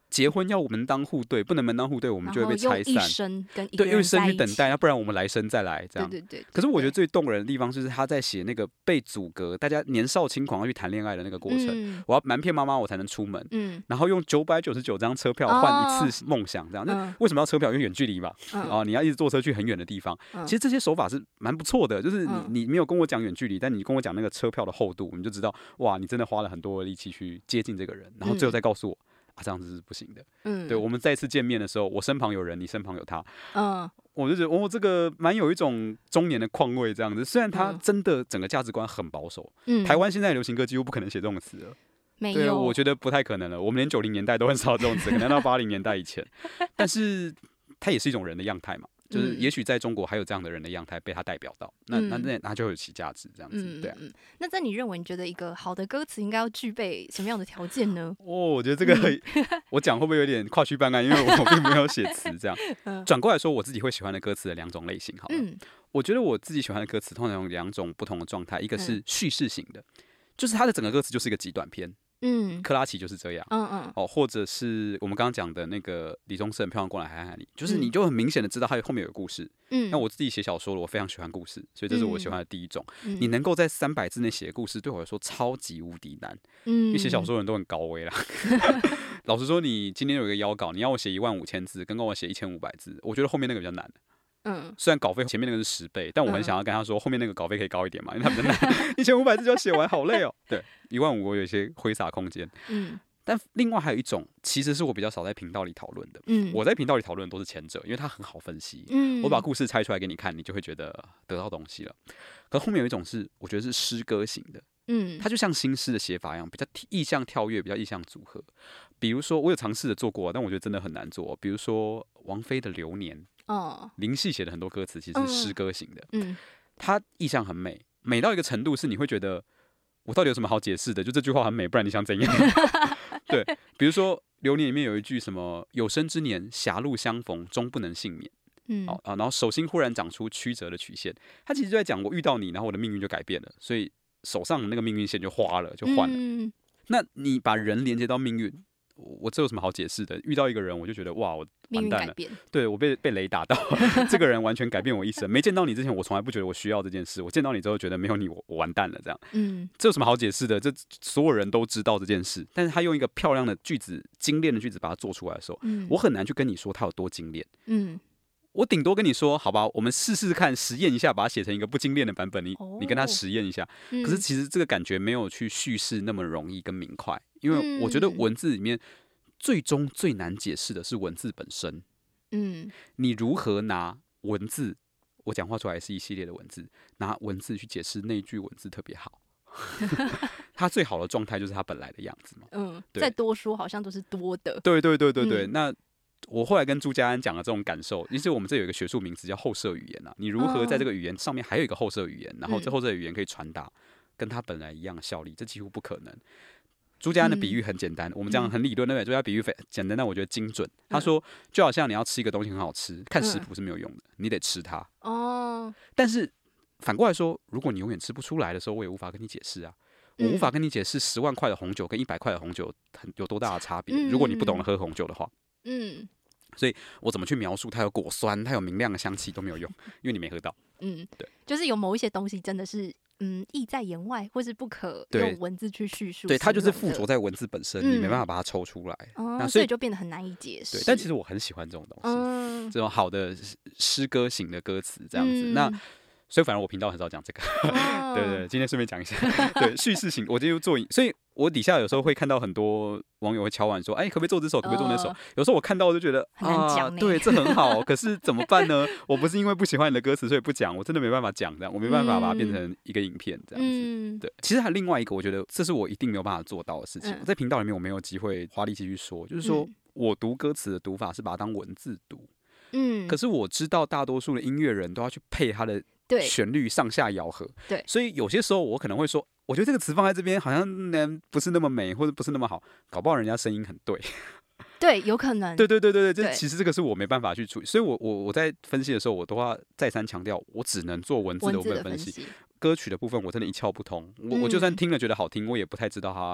结婚要门当户对，不能门当户对，我们就会被拆散。 用一生跟一个对， 人用一生去在一等待， 起要不然我们来生再来这样。 对对对对可是我觉得最动人的地方就是他在写那个被阻隔，大家年少轻狂要去谈恋爱的那个过程。 嗯我要瞒骗妈妈我才能出门， 嗯然后用九百九十九张车票换一次梦想，这样。那、 嗯、 为什么要车票？因为远距离嘛， 嗯、 哦，你要一直坐车去很远的地方。嗯、其实这些手法是蛮不错的，就是你、嗯、你没有跟我讲远距离，但你跟我讲那个车票的厚度，你就知道哇，你真的花了很多的力气去接近这个人，然后最后再告诉我。嗯啊、这样子是不行的。嗯，对，我们再次见面的时候，我身旁有人，你身旁有他。嗯，我就觉得，哦，这个蛮有一种中年的况味，这样子。虽然他真的整个价值观很保守，嗯，台湾现在流行歌几乎不可能写这种词了。 没有， 对，我觉得不太可能了。我们连九零年代都很少这种词，可能到八零年代以前。但是，它也是一种人的样态嘛。就是也许在中国还有这样的人的样态被他代表到，那那那那就有其价值这样子，嗯、对啊。 嗯，那在你认为，你觉得一个好的歌词应该要具备什么样的条件呢？ 哦，我觉得这个、嗯、我讲会不会有点跨区办案？因为我并没有写词，这样。转过来说，我自己会喜欢的歌词的两种类型，好了。嗯、我觉得我自己喜欢的歌词通常有两种不同的状态，一个是叙事型的，就是它的整个歌词就是一个极短篇。嗯，克拉奇就是这样，嗯嗯，哦，或者是我们刚刚讲的那个李宗盛《漂洋过来海海里》，就是你就很明显的知道它后面有个故事。嗯，那我自己写小说了，我非常喜欢故事，所以这是我喜欢的第一种。嗯、你能够在三百字内写故事，对我来说超级无敌难。嗯，因为写小说的人都很高危啦。老实说，你今天有一个邀稿，你要我写一万五千字，跟跟我写一千五百字，我觉得后面那个比较难。嗯，虽然稿费前面那个是十倍，但我很想要跟他说，后面那个稿费可以高一点嘛，因为他比较难，一千五百字就要写完，好累哦。对，一万五我有一些挥洒空间。嗯，但另外还有一种，其实是我比较少在频道里讨论的。嗯，我在频道里讨论的都是前者，因为它很好分析。嗯，我把故事拆出来给你看，你就会觉得得到东西了。可后面有一种是，我觉得是诗歌型的。嗯，它就像新诗的写法一样，比较意象跳跃，比较意象组合。比如说，我有尝试的做过，但我觉得真的很难做。比如说王菲的《流年》。哦，林夕写的很多歌词其实是诗歌型的，嗯，它意象很美，美到一个程度是你会觉得我到底有什么好解释的？就这句话很美，不然你想怎样？对，比如说《流年》里面有一句什么“有生之年，狭路相逢，终不能幸免”，嗯，哦啊，然后手心忽然长出曲折的曲线，它其实就在讲我遇到你，然后我的命运就改变了，所以手上的那个命运线就花了，就换了。嗯、那你把人连接到命运。我这有什么好解释的？遇到一个人，我就觉得哇，我完蛋了。对，我被被雷打到，这个人完全改变我一生。没见到你之前，我从来不觉得我需要这件事。我见到你之后，觉得没有你，我我完蛋了。这样，嗯，这有什么好解释的？这所有人都知道这件事，但是他用一个漂亮的句子、精炼的句子把它做出来的时候，嗯、我很难去跟你说他有多精炼。嗯，我顶多跟你说，好吧，我们试试看，实验一下，把它写成一个不精炼的版本。你、哦、你跟他实验一下。嗯、可是其实这个感觉没有去叙事那么容易跟明快。因为我觉得文字里面最终最难解释的是文字本身。嗯，你如何拿文字，我讲话出来是一系列的文字，拿文字去解释那句文字特别好。它最好的状态就是它本来的样子嘛。 嗯，再多说好像都是多的。 对对对对对。嗯、那我后来跟朱家安讲了这种感受，其实我们这有一个学术名词叫后设语言啊。你如何在这个语言上面还有一个后设语言，然后这后设语言可以传达跟它本来一样的效力，这几乎不可能。朱家安的比喻很简单，嗯、我们讲很理论，对不对？朱家比喻简单，但我觉得精准。他说，就好像你要吃一个东西很好吃，看食谱是没有用的，你得吃它。哦。但是反过来说，如果你永远吃不出来的时候，我也无法跟你解释啊。我无法跟你解释十万块的红酒跟一百块的红酒有多大的差别。嗯、如果你不懂得喝红酒的话，嗯。所以我怎么去描述它有果酸，它有明亮的香气都没有用，因为你没喝到。嗯，对， 就是有某一些东西真的是。嗯，意在言外，或是不可用文字去叙述。 对，它就是附着在文字本身，嗯、你没办法把它抽出来。 哦，那所以就变得很难以解释。 对，但其实我很喜欢这种东西，嗯、这种好的诗歌型的歌词这样子。嗯、那所以反正我频道很少讲这个。哦、对, 对对，今天顺便讲一下。对，叙事型，我今天就做，所以我底下有时候会看到很多网友会敲碗说：“哎，可不可以做这首？可不可以做那首？”呃、有时候我看到我就觉得很难讲、 啊，对，这很好，可是怎么办呢？我不是因为不喜欢你的歌词所以不讲，我真的没办法讲这样，我没办法把它变成一个影片这样子。嗯、对，其实还有另外一个，我觉得这是我一定没有办法做到的事情。嗯、在频道里面我没有机会花力气去说，就是说、嗯、我读歌词的读法是把它当文字读。嗯，可是我知道大多数的音乐人都要去配他的旋律上下咬合。 对， 所以有些时候我可能会说。我觉得这个词放在这边好像不是那么美，或者不是那么好，搞不好人家声音很对。 对，有可能。 对对对对对，这其实这个是我没办法去处理，所以我我我在分析的时候，我都要再三强调，我只能做文字的部分分析，歌曲的部分我真的一窍不通。我、嗯、我就算听了觉得好听，我也不太知道它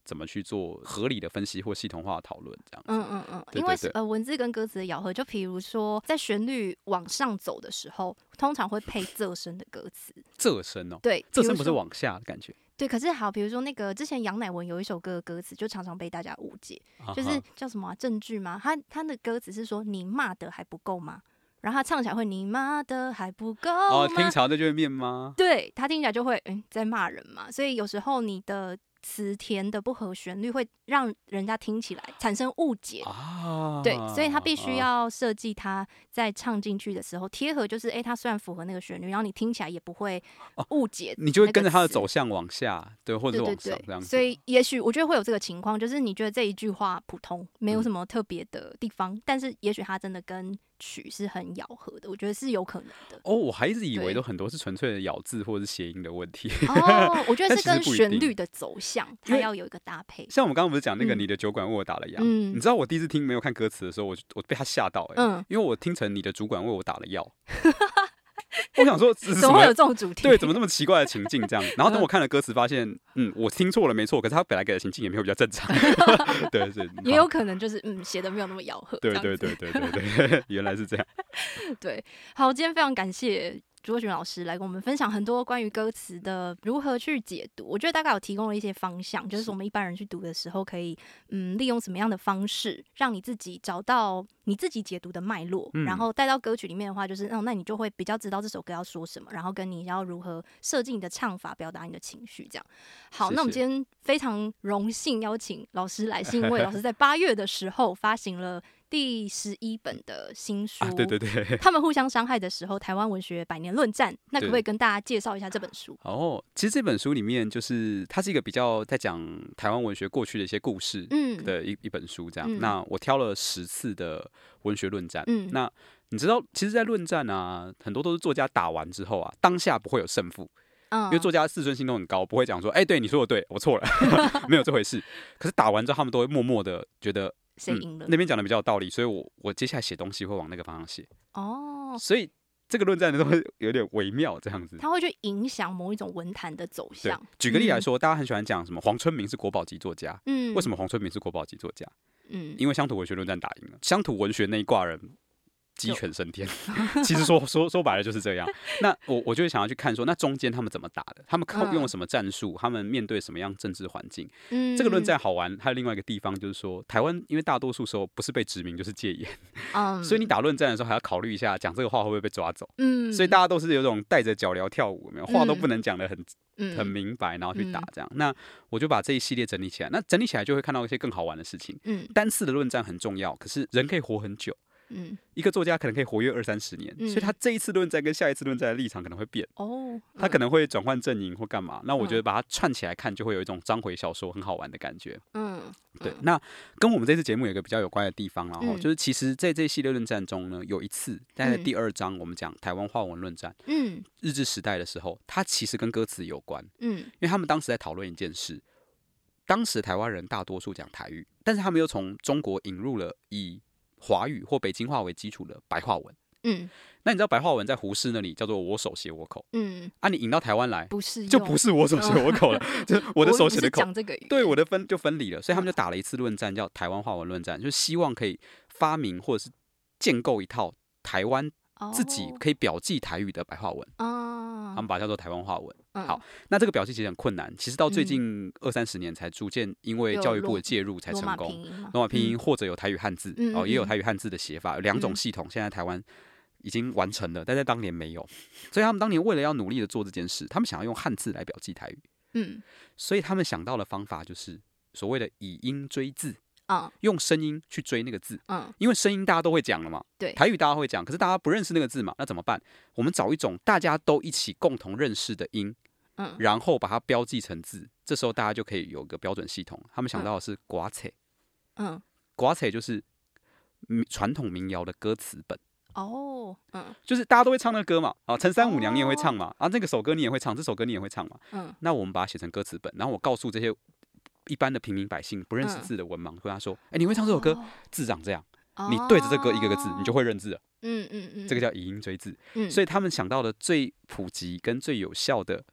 怎么去做合理的分析或系统化的讨论，这样子。 嗯嗯嗯，因为呃文字跟歌词的咬合，就比如说在旋律往上走的时候，通常会配仄声的歌词。 仄声哦， 对， 仄声不是往下的感觉。 对，可是好，比如说那个之前杨乃文有一首歌的歌词，就常常被大家误解， 啊、 就是叫什么、啊、证据吗？他他的歌词是说你骂的还不够吗？然后他唱起来会你骂的还不够吗？ 哦，听起来就会面吗？ 对，他听起来就会嗯在骂人嘛，所以有时候你的词填的不合旋律，会让人家听起来产生误解啊。对，所以他必须要设计他在唱进去的时候贴合，就是哎、欸，他虽然符合那个旋律，然后你听起来也不会误解、 哦，你就会跟着他的走向往下，对，或者是往上这样子。 所以也许我觉得会有这个情况，就是你觉得这一句话普通，没有什么特别的地方，嗯、但是也许他真的跟曲是很咬合的，我觉得是有可能的。 哦，我还一直以为都很多是纯粹的咬字或者是谐音的问题。 哦，我觉得是跟旋律的走向，它要有一个搭配。 像我们刚刚不是讲那个你的酒馆为我打了烊，嗯，你知道我第一次听没有看歌词的时候，我我被他吓到哎、欸，嗯，因为我听成你的主管为我打了药。我想说，怎么会有这种主题？ 对，怎么这么奇怪的情境这样？然后等我看了歌词，发现，嗯，我听错了，没错。可是他本来给的情境也没有比较正常。对对， 也有可能就是嗯写的没有那么咬合。 对对对对对对，原来是这样。 对，好，今天非常感谢朱若璇老师来跟我们分享很多关于歌词的如何去解读，我觉得大概有提供了一些方向，就是我们一般人去读的时候可以嗯利用什么样的方式，让你自己找到你自己解读的脉络，嗯、然后带到歌曲里面的话，就是嗯那你就会比较知道这首歌要说什么，然后跟你要如何设计你的唱法，表达你的情绪，这样。好， 谢谢。 那我们今天非常荣幸邀请老师来，是因为老师在八月的时候发行了第十一本的新书， 啊、对对对， 他们互相伤害的时候，台湾文学百年论战。那可不可以跟大家介绍一下这本书？ 哦，其实这本书里面就是它是一个比较在讲台湾文学过去的一些故事的一、嗯、一本书，这样。嗯、那我挑了十次的文学论战，嗯，那你知道，其实，在论战啊，很多都是作家打完之后啊，当下不会有胜负。嗯、因为作家自尊心都很高，不会讲说，哎、欸，对，你说的对，我错了，没有这回事。可是打完之后，他们都会默默的觉得谁赢了、嗯， 那边讲的比较有道理，所以我我接下来写东西会往那个方向写。 哦， 所以这个论战的都会有点微妙，这样子。 它会去影响某一种文坛的走向。 举个例来说，嗯、大家很喜欢讲什么黄春明是国宝级作家，嗯，为什么黄春明是国宝级作家？嗯，因为乡土文学论战打赢了，乡土文学那一挂人鸡犬升天，其实说说说白了就是这样。那我我就会想要去看说，那中间他们怎么打的？他们用了什么战术？他们面对什么样政治环境？嗯，这个论战好玩。还有另外一个地方就是说，台湾因为大多数时候不是被殖民就是戒严，嗯，所以你打论战的时候还要考虑一下，讲这个话会不会被抓走？嗯，所以大家都是有种带着脚镣跳舞，没有话都不能讲得很。嗯、很明白，然后去打这样，嗯、那我就把这一系列整理起来。那整理起来就会看到一些更好玩的事情。嗯，单次的论战很重要，可是人可以活很久。嗯，一个作家可能可以活跃二三十年，嗯、所以他这一次论战跟下一次论战的立场可能会变。哦，嗯、他可能会转换阵营或干嘛。那我觉得把它串起来看，就会有一种章回小说很好玩的感觉。嗯，对。那跟我们这次节目有一个比较有关的地方，然后、嗯、就是其实在这一系列论战中呢，有一次在第二章我们讲台湾话文论战，嗯，日治时代的时候，它其实跟歌词有关。嗯，因为他们当时在讨论一件事，当时台湾人大多数讲台语，但是他们又从中国引入了以华语或北京话为基础的白话文，嗯，那你知道白话文在胡适那里叫做我手写我口，嗯，啊，你引到台湾来， 不是就不是我手写我口了，嗯、就是我的手写的口， 讲这个语言， 对，我的分就分离了，所以他们就打了一次论战，叫台湾话文论战，就是希望可以发明或者是建构一套台湾自己可以表记台语的白话文，哦，他们把它叫做台湾话文。嗯、好，那这个表记其实很困难，其实到最近二三十年才逐渐因为教育部的介入才成功。罗马拼音或者有台语汉字，嗯、哦，也有台语汉字的写法，有两种系统，现在台湾已经完成了，但在当年没有，所以他们当年为了要努力的做这件事，他们想要用汉字来表记台语，嗯，所以他们想到的方法就是所谓的以音追字。嗯、用声音去追那个字，嗯、因为声音大家都会讲了嘛，对，台语大家会讲，可是大家不认识那个字嘛，那怎么办？我们找一种大家都一起共同认识的音，嗯、然后把它标记成字，这时候大家就可以有个标准系统。他们想到的是歌册，嗯，歌册就是传统民谣的歌词本。哦，嗯，就是大家都会唱那个歌嘛，啊，陈三五娘你也会唱嘛，哦、啊，这个首歌你也会唱，这首歌你也会唱嘛，嗯，那我们把它写成歌词本，然后我告诉这些一般的平民百姓不认识字的文盲，跟他说：“哎、欸，你会唱这首歌，哦、字长这样，哦、你对着这歌一个个字，你就会认字了。嗯嗯嗯，这个叫以音追字。嗯，所以他们想到的最普及跟最有效的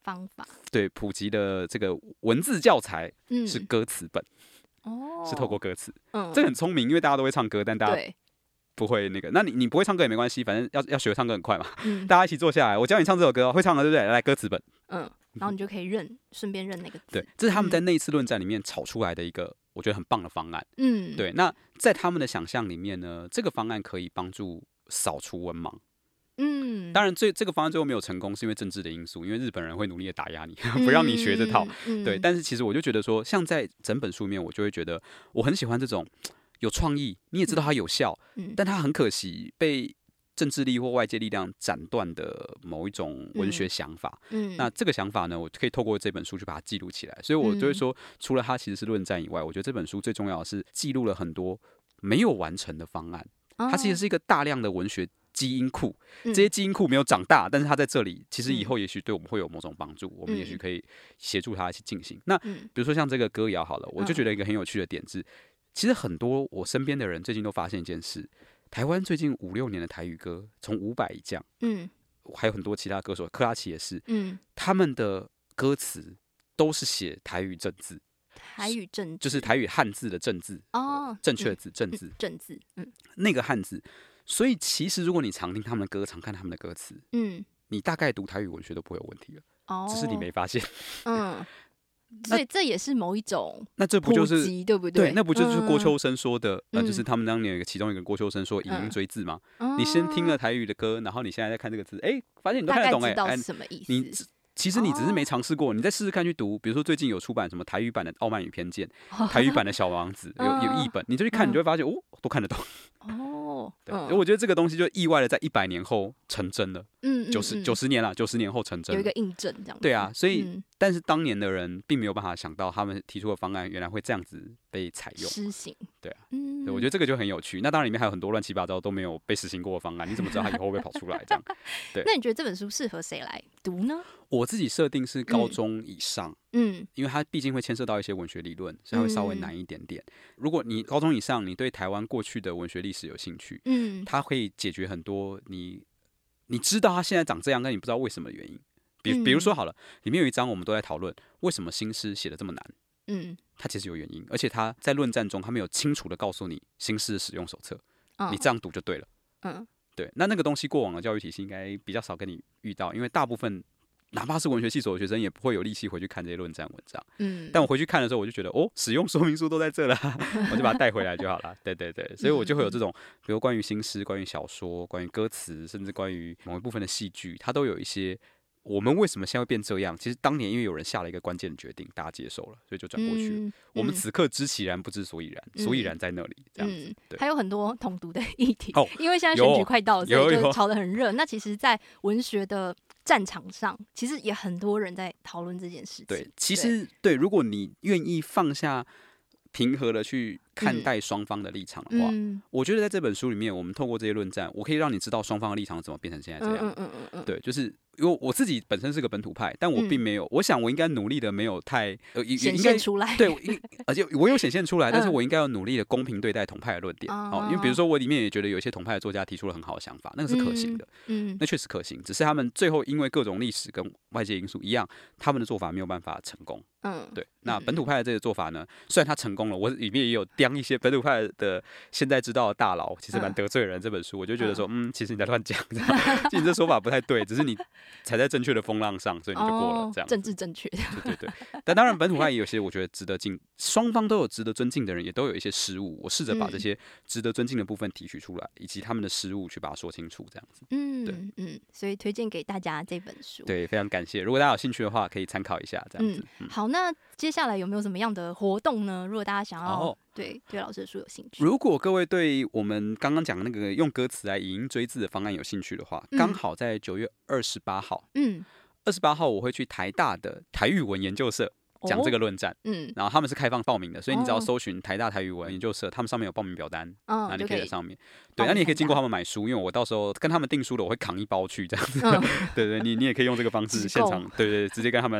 方法， 对，普及的这个文字教材是歌词本， 哦、 是透过歌词， 嗯， 这很聪明，因为大家都会唱歌，但大家不会那个，那你你不会唱歌也没关系，反正要要学唱歌很快嘛，嗯、大家一起坐下来，我教你唱这首歌，会唱了对不对？来歌词本， 嗯，然后你就可以认，顺便认那个字。 对，这是他们在那一次论战里面吵出来的一个我觉得很棒的方案。嗯，对。那在他们的想象里面呢，这个方案可以帮助扫除文盲。嗯，当然这这个方案最后没有成功，是因为政治的因素，因为日本人会努力的打压你，不让你学这套。嗯、对，但是其实我就觉得说，像在整本书里面，我就会觉得我很喜欢这种有创意，你也知道它有效，嗯、但它很可惜被政治力或外界力量斩断的某一种文学想法。嗯，那这个想法呢，我可以透过这本书去把它记录起来。所以我就会说，除了它其实是论战以外，我觉得这本书最重要的是记录了很多没有完成的方案。它其实是一个大量的文学基因库，这些基因库没有长大，但是它在这里，其实以后也许对我们会有某种帮助，我们也许可以协助它一起进行。那比如说像这个歌谣好了，我就觉得一个很有趣的点是，其实很多我身边的人最近都发现一件事。台湾最近五六年的台语歌，从伍佰一降，嗯，还有很多其他歌手，柯拉奇也是，嗯，他们的歌词都是写台语正字， 台语正字就是台语汉字的正字哦，正确的字正字正字，嗯， 那个汉字。所以其实如果你常听他们的歌，常看他们的歌词，嗯，你大概读台语文学都不会有问题了，哦，只是你没发现，嗯。 所以这也是某一种那这不就是对不对？ 对，那不就是郭秋生说的？嗯、呃，就是他们当年有一个其中一个郭秋生说引音追字嘛。嗯、你先听了台语的歌，然后你现在在看这个字，哎、欸，发现你都看得懂哎、欸， 大概知道是什么意思？ 你其实你只是没尝试过，你再试试看去读。比如说最近有出版什么台语版的《傲慢与偏见》，台语版的《小王子》，有有译本，你就去看，你就会发现哦，都看得懂。哦，对，嗯、我觉得这个东西就意外的在一百年后成真了。嗯，九十九十年了，九十年后成真， 有一个印证这样子。 对啊，所以、嗯、但是当年的人并没有办法想到，他们提出的方案原来会这样子被采用施行。 对啊，嗯，对，我觉得这个就很有趣。那当然里面还有很多乱七八糟都没有被实行过的方案，你怎么知道它以后会不会跑出来？这样，对。 那你觉得这本书适合谁来读呢？ 我自己设定是高中以上，嗯，因为它毕竟会牵涉到一些文学理论，所以它会稍微难一点点。嗯、如果你高中以上，你对台湾过去的文学历史有兴趣，嗯，它可以解决很多你。你知道他现在长这样，但你不知道为什么的原因。比比如说好了，里面有一章我们都在讨论为什么新诗写得这么难。嗯，它其实有原因，而且他在论战中，他没有清楚的告诉你新诗的使用手册，哦、你这样读就对了。嗯，对。那那个东西，过往的教育体系应该比较少跟你遇到，因为大部分哪怕是文学系所的学生，也不会有力气回去看这些论战文章。嗯，但我回去看的时候，我就觉得哦，使用说明书都在这了，我就把它带回来就好了。对对对，所以我就会有这种，比如关于新诗、关于小说、关于歌词，甚至关于某一部分的戏剧，它都有一些我们为什么现在会变这样？其实当年因为有人下了一个关键的决定，大家接受了，所以就转过去了。嗯、我们此刻知其然，不知所以然，嗯、所以然在那里。这样子，对， 还有很多统独的议题，哦、因为现在选举快到了，所以就吵得很热。那其实，在文学的战场上，其实也很多人在讨论这件事情。 对，其实 对, 对，如果你愿意放下平和的去看待双方的立场的话，嗯、我觉得在这本书里面，我们透过这些论战，我可以让你知道双方的立场怎么变成现在这样。嗯嗯嗯嗯对，就是因为我自己本身是个本土派，但我并没有，嗯、我想我应该努力的没有太呃显现出来， 对，而且我有显现出来，但是我应该要努力的公平对待统派的论点。嗯、哦，因为比如说我里面也觉得有些统派的作家提出了很好的想法，那个是可行的，嗯，嗯那确实可行，只是他们最后因为各种历史跟外界因素一样，他们的做法没有办法成功。嗯，对。那本土派的这个做法呢，虽然他成功了，我里面也有刁一些本土派的现在知道的大佬，其实蛮得罪人。这本书我就觉得说，嗯，其实你在乱讲，其实你这说法不太对，只是你踩在正确的风浪上，所以你就过了。这样、哦、 政治正确。 对对对。但当然，本土派也有些我觉得值得敬，双方都有值得尊敬的人，也都有一些失误。我试着把这些值得尊敬的部分提取出来，以及他们的失误去把它说清楚，这样子。嗯，对， 嗯，所以推荐给大家这本书。 对，非常感谢。如果大家有兴趣的话，可以参考一下，这样子。 嗯嗯、好，那接下来有没有什么样的活动呢？如果大家想要、哦、对对老师的书有兴趣， 如果各位对我们刚刚讲的那个用歌词来引音追字的方案有兴趣的话，刚、嗯、好在九月二十八号，嗯，二十八号我会去台大的台语文研究社讲这个论战，嗯，然后他们是开放报名的，所以你只要搜寻台大台语文研究社，他们上面有报名表单，哦，那你可以在上面，对，那你也可以经过他们买书，因为我到时候跟他们订书的，我会扛一包去这样子，嗯、对对，你你也可以用这个方式现场，对对，直接跟他们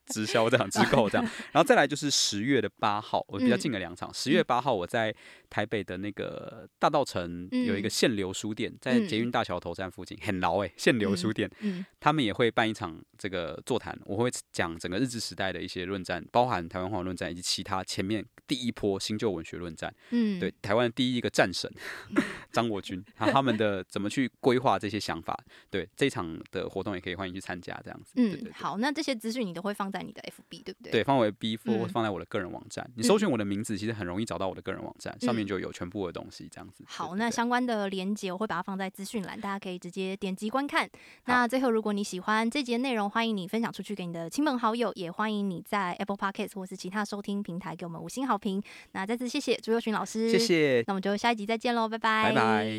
直销这样直购这样，然后再来就是十月的八号，我比较近的两场。十、嗯、月八号我在台北的那个大稻埕有一个限流书店，嗯、在捷运大桥头站附近，很老哎、欸，限流书店、嗯嗯，他们也会办一场这个座谈，我会讲整个日治时代的一些论战，包含台湾皇论战以及其他前面第一波新旧文学论战，嗯，对，台湾第一个战神张我军，他们的怎么去规划这些想法，对，这一场的活动也可以欢迎去参加这样子。嗯，对对对， 好，那这些资讯你都会放在你的 F B 对不对？ 对，放我的 F B 或放在我的个人网站、嗯，你搜寻我的名字，其实很容易找到我的个人网站，嗯、上面就有全部的东西这样子。 好，对对对，那相关的连结我会把它放在资讯栏，大家可以直接点击观看。那最后，如果你喜欢这集的内容，欢迎你分享出去给你的亲朋好友，也欢迎你在 Apple Podcast 或是其他收听平台给我们五星好评。那再次谢谢朱宥勋老师， 谢谢。 那我们就下一集再见喽，拜拜， 拜拜。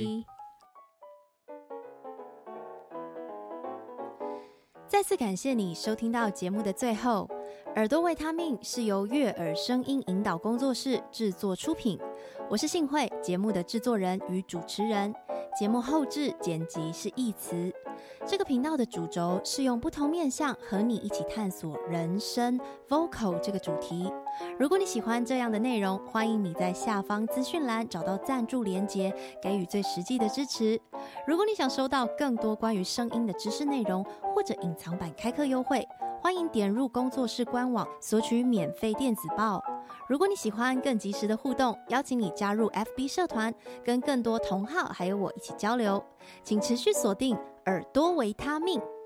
再次感谢你收听到节目的最后。耳朵维他命是由悦耳声音引导工作室制作出品，我是信慧，节目的制作人与主持人，节目后制剪辑是义慈。这个频道的主轴是用不同面向和你一起探索人生 vocal 这个主题。如果你喜欢这样的内容，欢迎你在下方资讯栏找到赞助连结，给予最实际的支持。如果你想收到更多关于声音的知识内容，或者隐藏版开课优惠，欢迎点入工作室官网索取免费电子报。如果你喜欢更及时的互动，邀请你加入 F B 社团，跟更多同好还有我一起交流。请持续锁定耳朵维他命。